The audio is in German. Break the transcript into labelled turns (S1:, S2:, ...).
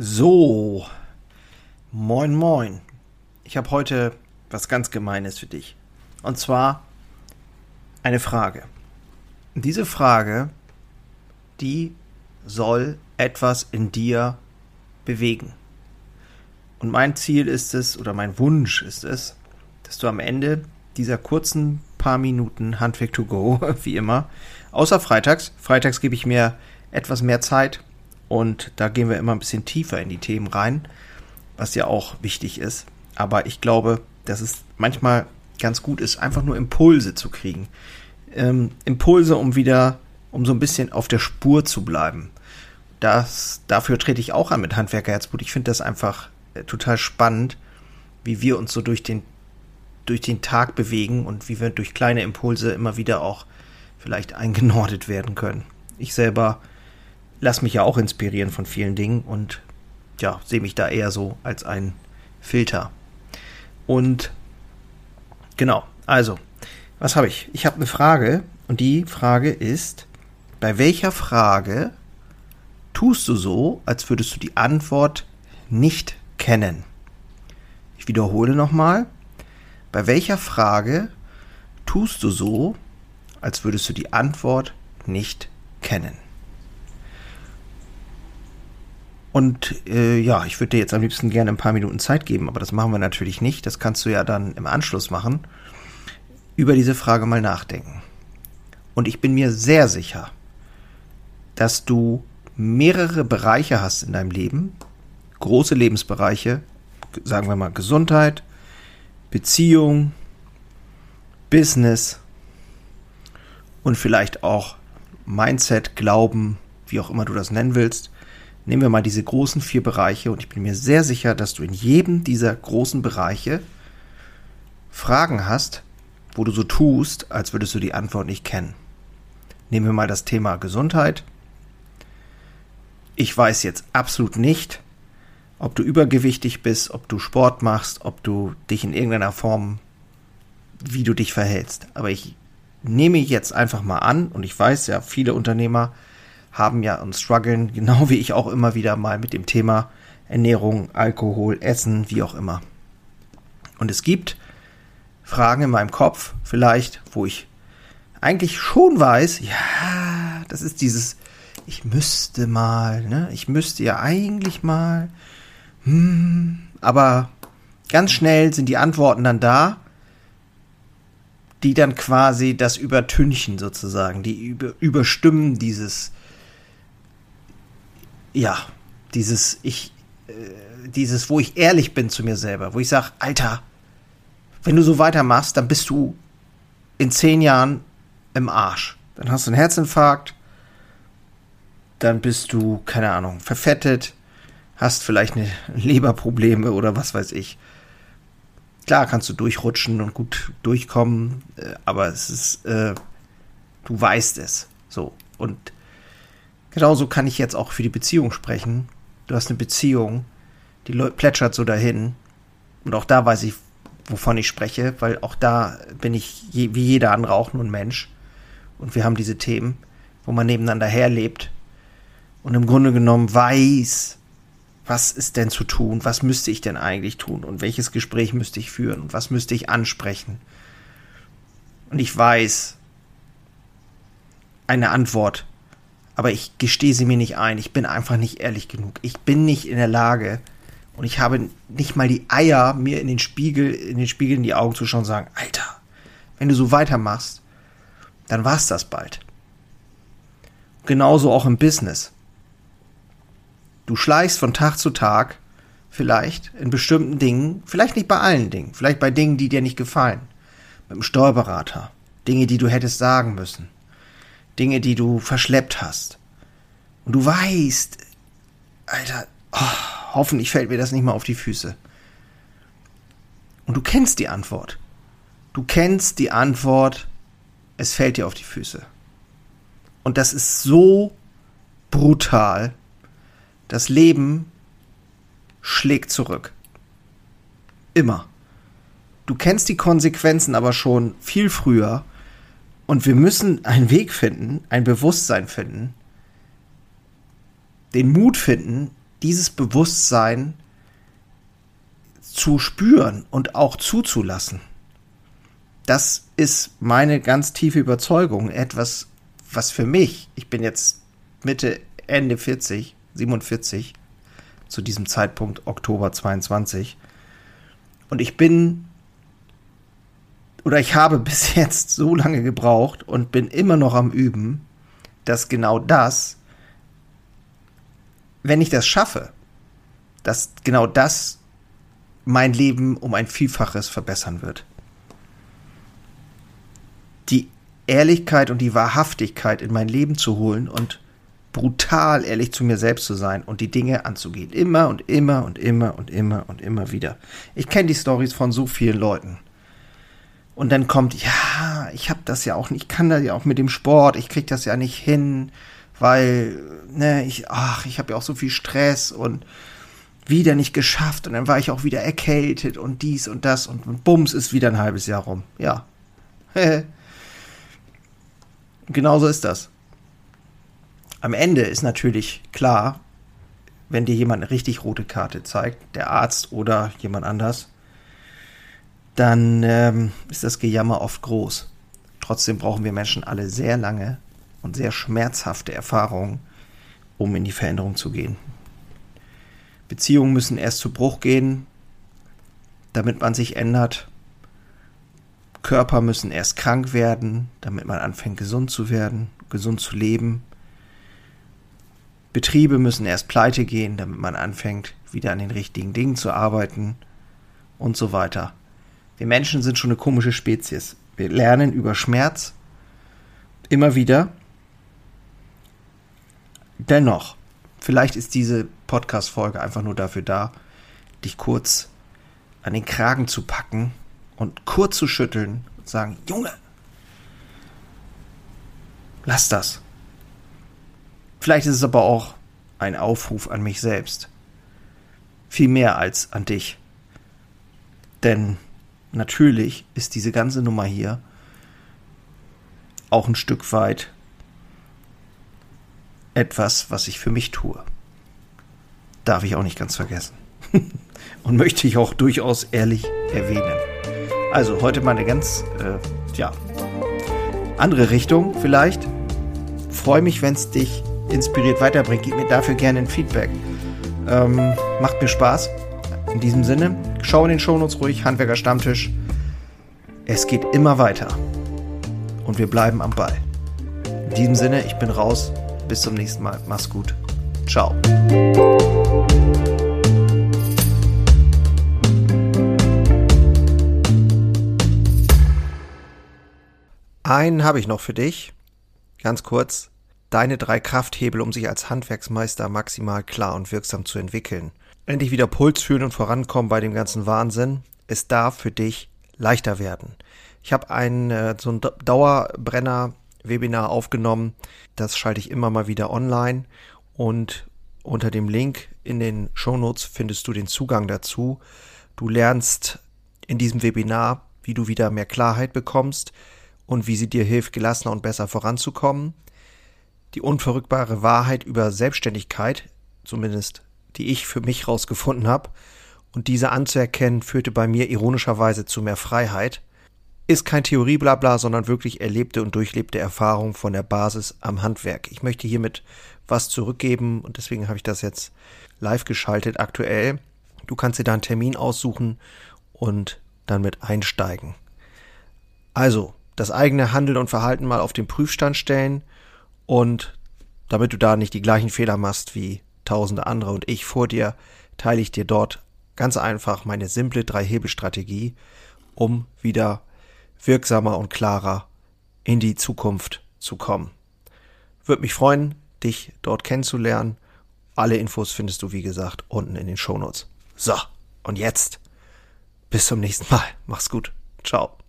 S1: So, moin moin. Ich habe heute was ganz Gemeines für dich. Und zwar eine Frage. Und diese Frage, die soll etwas in dir bewegen. Und mein Ziel ist es, oder mein Wunsch ist es, dass du am Ende dieser kurzen paar Minuten Handwerk to go, wie immer, außer freitags gebe ich mir etwas mehr Zeit und da gehen wir immer ein bisschen tiefer in die Themen rein, was ja auch wichtig ist. Aber ich glaube, dass es manchmal ganz gut ist, einfach nur Impulse zu kriegen. Impulse, um so ein bisschen auf der Spur zu bleiben. Dafür trete ich auch an mit Handwerker-Herzblut. Ich finde das einfach total spannend, wie wir uns so durch den Tag bewegen und wie wir durch kleine Impulse immer wieder auch vielleicht eingenordet werden können. Ich selber lasse mich ja auch inspirieren von vielen Dingen und ja, sehe mich da eher so als ein Filter. Und genau, also, was habe ich? Ich habe eine Frage und die Frage ist, bei welcher Frage tust du so, als würdest du die Antwort nicht kennen? Ich wiederhole nochmal. Bei welcher Frage tust du so, als würdest du die Antwort nicht kennen? Und ich würde dir jetzt am liebsten gerne ein paar Minuten Zeit geben, aber das machen wir natürlich nicht. Das kannst du ja dann im Anschluss machen. Über diese Frage mal nachdenken. Und ich bin mir sehr sicher, dass du mehrere Bereiche hast in deinem Leben, große Lebensbereiche, sagen wir mal Gesundheit, Beziehung, Business und vielleicht auch Mindset, Glauben, wie auch immer du das nennen willst. Nehmen wir mal diese großen 4 Bereiche und ich bin mir sehr sicher, dass du in jedem dieser großen Bereiche Fragen hast, wo du so tust, als würdest du die Antwort nicht kennen. Nehmen wir mal das Thema Gesundheit. Ich weiß jetzt absolut nicht, ob du übergewichtig bist, ob du Sport machst, ob du dich in irgendeiner Form, wie du dich verhältst. Aber ich nehme jetzt einfach mal an, und ich weiß ja, viele Unternehmer haben ja und strugglen, genau wie ich auch immer wieder mal mit dem Thema Ernährung, Alkohol, Essen, wie auch immer. Und es gibt Fragen in meinem Kopf vielleicht, wo ich eigentlich schon weiß, ja, das ist dieses, ich müsste mal, ne? Ich müsste ja eigentlich mal, aber ganz schnell sind die Antworten dann da, die dann quasi das übertünchen sozusagen, die überstimmen dieses, wo ich ehrlich bin zu mir selber, wo ich sage, Alter, wenn du so weitermachst, dann bist du in 10 Jahren im Arsch. Dann hast du einen Herzinfarkt, dann bist du, keine Ahnung, verfettet, hast vielleicht eine Leberprobleme oder was weiß ich. Klar kannst du durchrutschen und gut durchkommen, aber es ist, du weißt es. So. Und genauso kann ich jetzt auch für die Beziehung sprechen. Du hast eine Beziehung, die plätschert so dahin. Und auch da weiß ich, wovon ich spreche, weil auch da bin ich wie jeder andere auch nur ein Mensch. Und wir haben diese Themen, wo man nebeneinander herlebt und im Grunde genommen weiß, was ist denn zu tun, was müsste ich denn eigentlich tun und welches Gespräch müsste ich führen und was müsste ich ansprechen. Und ich weiß eine Antwort, aber ich gestehe sie mir nicht ein. Ich bin einfach nicht ehrlich genug. Ich bin nicht in der Lage und ich habe nicht mal die Eier, mir in den Spiegel in die Augen zu schauen und sagen, Alter, wenn du so weitermachst, dann war's das bald. Genauso auch im Business. Du schleichst von Tag zu Tag, vielleicht in bestimmten Dingen, vielleicht nicht bei allen Dingen, vielleicht bei Dingen, die dir nicht gefallen. Mit dem Steuerberater. Dinge, die du hättest sagen müssen. Dinge, die du verschleppt hast. Und du weißt, Alter, hoffentlich fällt mir das nicht mal auf die Füße. Und du kennst die Antwort. Du kennst die Antwort, es fällt dir auf die Füße. Und das ist so brutal. Das Leben schlägt zurück. Immer. Du kennst die Konsequenzen aber schon viel früher und wir müssen einen Weg finden, ein Bewusstsein finden, den Mut finden, dieses Bewusstsein zu spüren und auch zuzulassen. Das ist meine ganz tiefe Überzeugung. Etwas, was für mich, ich bin jetzt Ende 40, 47, zu diesem Zeitpunkt Oktober 22. Und ich habe bis jetzt so lange gebraucht und bin immer noch am Üben, dass genau das, wenn ich das schaffe, dass genau das mein Leben um ein Vielfaches verbessern wird. Die Ehrlichkeit und die Wahrhaftigkeit in mein Leben zu holen und brutal ehrlich zu mir selbst zu sein und die Dinge anzugehen. Immer und immer und immer und immer und immer wieder. Ich kenne die Storys von so vielen Leuten. Und dann kommt, ja, ich habe das ja auch nicht, ich kann das ja auch mit dem Sport, ich kriege das ja nicht hin, weil, ich habe ja auch so viel Stress und wieder nicht geschafft und dann war ich auch wieder erkältet und dies und das und bums ist wieder ein halbes Jahr rum. Ja. Genauso ist das. Am Ende ist natürlich klar, wenn dir jemand eine richtig rote Karte zeigt, der Arzt oder jemand anders, dann ist das Gejammer oft groß. Trotzdem brauchen wir Menschen alle sehr lange und sehr schmerzhafte Erfahrungen, um in die Veränderung zu gehen. Beziehungen müssen erst zu Bruch gehen, damit man sich ändert. Körper müssen erst krank werden, damit man anfängt gesund zu werden, gesund zu leben. Betriebe müssen erst pleite gehen, damit man anfängt, wieder an den richtigen Dingen zu arbeiten und so weiter. Wir Menschen sind schon eine komische Spezies. Wir lernen über Schmerz immer wieder. Dennoch, vielleicht ist diese Podcast-Folge einfach nur dafür da, dich kurz an den Kragen zu packen und kurz zu schütteln und sagen, Junge, lass das. Vielleicht ist es aber auch ein Aufruf an mich selbst. Viel mehr als an dich. Denn natürlich ist diese ganze Nummer hier auch ein Stück weit etwas, was ich für mich tue. Darf ich auch nicht ganz vergessen. Und möchte ich auch durchaus ehrlich erwähnen. Also heute mal eine ganz, andere Richtung vielleicht. Freue mich, wenn es dich inspiriert weiterbringt. Gib mir dafür gerne ein Feedback. Macht mir Spaß. In diesem Sinne, schau in den Shownotes ruhig, Handwerker Stammtisch. Es geht immer weiter. Und wir bleiben am Ball. In diesem Sinne, ich bin raus. Bis zum nächsten Mal. Mach's gut. Ciao. Einen habe ich noch für dich. Ganz kurz. Deine 3 Krafthebel, um sich als Handwerksmeister maximal klar und wirksam zu entwickeln. Endlich wieder Puls fühlen und vorankommen bei dem ganzen Wahnsinn. Es darf für dich leichter werden. Ich habe so ein Dauerbrenner-Webinar aufgenommen. Das schalte ich immer mal wieder online. Und unter dem Link in den Shownotes findest du den Zugang dazu. Du lernst in diesem Webinar, wie du wieder mehr Klarheit bekommst und wie sie dir hilft, gelassener und besser voranzukommen. Die unverrückbare Wahrheit über Selbstständigkeit, zumindest die ich für mich rausgefunden habe, und diese anzuerkennen, führte bei mir ironischerweise zu mehr Freiheit. Ist kein Theorieblabla, sondern wirklich erlebte und durchlebte Erfahrung von der Basis am Handwerk. Ich möchte hiermit was zurückgeben und deswegen habe ich das jetzt live geschaltet aktuell. Du kannst dir da einen Termin aussuchen und dann mit einsteigen. Also, das eigene Handeln und Verhalten mal auf den Prüfstand stellen und damit du da nicht die gleichen Fehler machst wie tausende andere und ich vor dir, teile ich dir dort ganz einfach meine simple 3-Hebel-Strategie, um wieder wirksamer und klarer in die Zukunft zu kommen. Würde mich freuen, dich dort kennenzulernen. Alle Infos findest du, wie gesagt, unten in den Shownotes. So, und jetzt bis zum nächsten Mal. Mach's gut. Ciao.